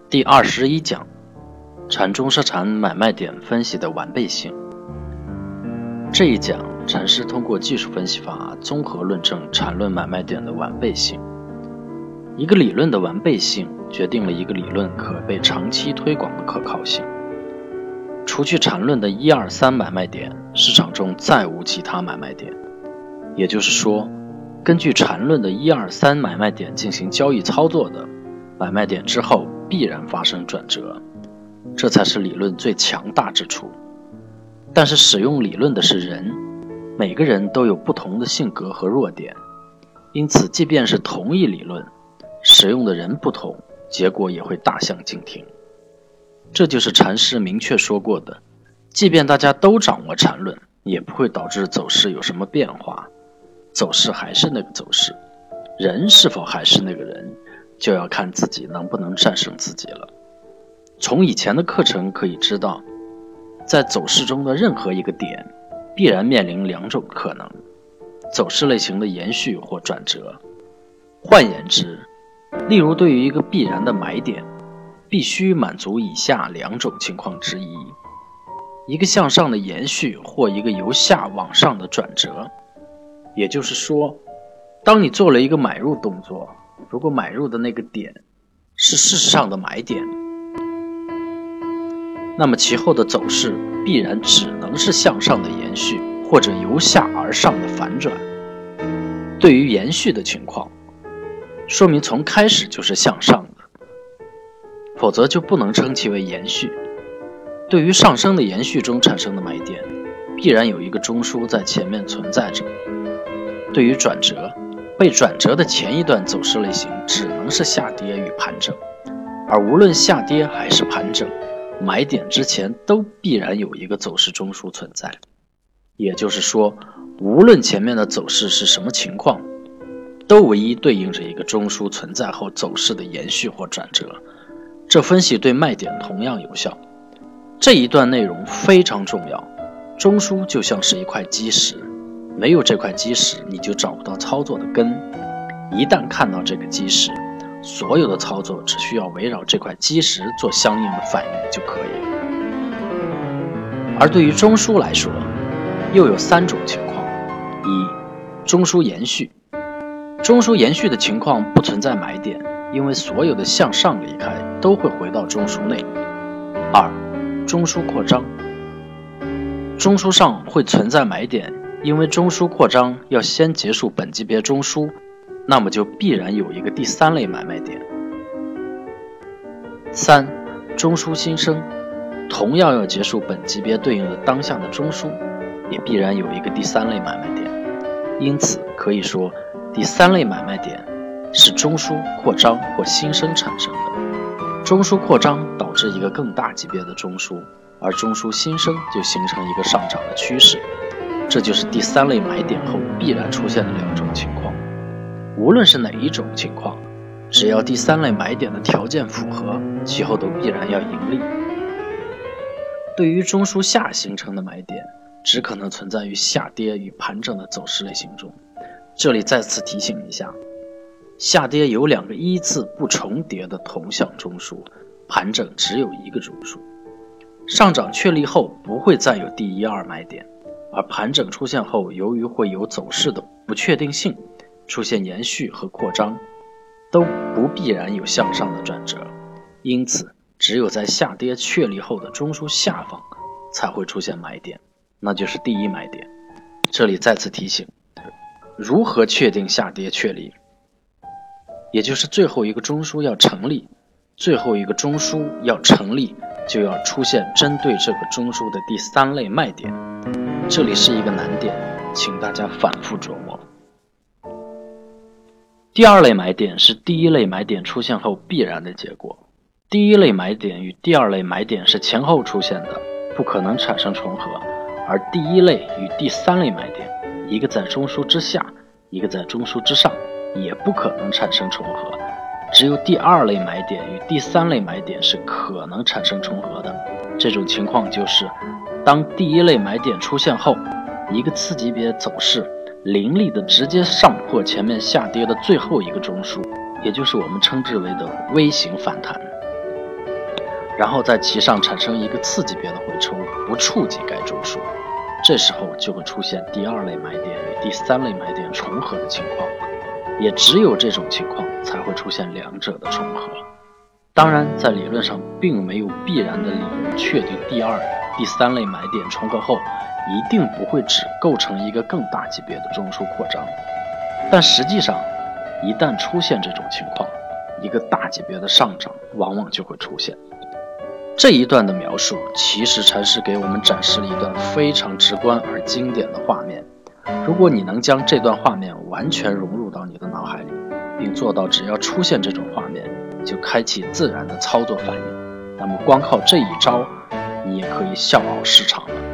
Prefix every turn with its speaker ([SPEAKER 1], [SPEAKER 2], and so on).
[SPEAKER 1] 第21讲，禅中是禅买卖点分析的完备性。这一讲，禅师通过技术分析法综合论证禅论买卖点的完备性。一个理论的完备性决定了一个理论可被长期推广的可靠性。除去禅论的1、2、3买卖点，市场中再无其他买卖点。也就是说，根据禅论的1、2、3买卖点进行交易操作的买卖点之后必然发生转折，这才是理论最强大之处。但是使用理论的是人，每个人都有不同的性格和弱点，因此即便是同一理论，使用的人不同，结果也会大相径庭。这就是禅师明确说过的，即便大家都掌握禅论，也不会导致走势有什么变化，走势还是那个走势，人是否还是那个人，就要看自己能不能战胜自己了。从以前的课程可以知道，在走势中的任何一个点必然面临两种可能，走势类型的延续或转折。换言之，例如对于一个必然的买点，必须满足以下两种情况之一：一个向上的延续或一个由下往上的转折。也就是说，当你做了一个买入动作，如果买入的那个点是事实上的买点，那么其后的走势必然只能是向上的延续，或者由下而上的反转。对于延续的情况，说明从开始就是向上的，否则就不能称其为延续。对于上升的延续中产生的买点，必然有一个中枢在前面存在着。对于转折，被转折的前一段走势类型只能是下跌与盘整，而无论下跌还是盘整，买点之前都必然有一个走势中枢存在。也就是说，无论前面的走势是什么情况，都唯一对应着一个中枢存在后走势的延续或转折。这分析对卖点同样有效。这一段内容非常重要，中枢就像是一块基石，没有这块基石，你就找不到操作的根。一旦看到这个基石，所有的操作只需要围绕这块基石做相应的反应就可以了。而对于中枢来说，又有3种情况：一、中枢延续。中枢延续的情况不存在买点，因为所有的向上离开都会回到中枢内。2、中枢扩张。中枢上会存在买点，因为中枢扩张要先结束本级别中枢，那么就必然有一个第3类买卖点。3、中枢新生。同样要结束本级别对应的当下的中枢，也必然有一个第3类买卖点。因此可以说，第3类买卖点是中枢扩张或新生产生的。中枢扩张导致一个更大级别的中枢，而中枢新生就形成一个上涨的趋势。这就是第3类买点后必然出现的2种情况。无论是哪一种情况，只要第3类买点的条件符合，其后都必然要盈利。对于中枢下形成的买点，只可能存在于下跌与盘整的走势类型中。这里再次提醒一下，下跌有2个依次不重叠的同向中枢，盘整只有一个中枢。上涨确立后不会再有第1、2买点，而盘整出现后，由于会有走势的不确定性，出现延续和扩张，都不必然有向上的转折。因此只有在下跌确立后的中枢下方才会出现买点，那就是第1买点。这里再次提醒，如何确定下跌确立，也就是最后一个中枢要成立，最后一个中枢要成立，就要出现针对这个中枢的第3类卖点。这里是一个难点，请大家反复琢磨。第2类买点是第1类买点出现后必然的结果。第1类买点与第2类买点是前后出现的，不可能产生重合，而第1类与第3类买点，一个在中枢之下，一个在中枢之上，也不可能产生重合。只有第2类买点与第3类买点是可能产生重合的。这种情况就是当第1类买点出现后，一个次级别走势凌厉的直接上破前面下跌的最后一个中枢，也就是我们称之为的微型反弹。 然后在其上产生一个次级别的回抽，不触及该周数，这时候就会出现第二类买点与第三类买点重合的情况，也只有这种情况才会出现两者的重合。当然，在理论上并没有必然的理由确定第二、第三类买点重合后一定不会只构成一个更大级别的中枢扩张，但实际上一旦出现这种情况，一个大级别的上涨往往就会出现。这一段的描述其实禅师给我们展示了一段非常直观而经典的画面，如果你能将这段画面完全融入到你的脑海里，并做到只要出现这种画面就开启自然的操作反应，那么光靠这一招你也可以笑傲市场了。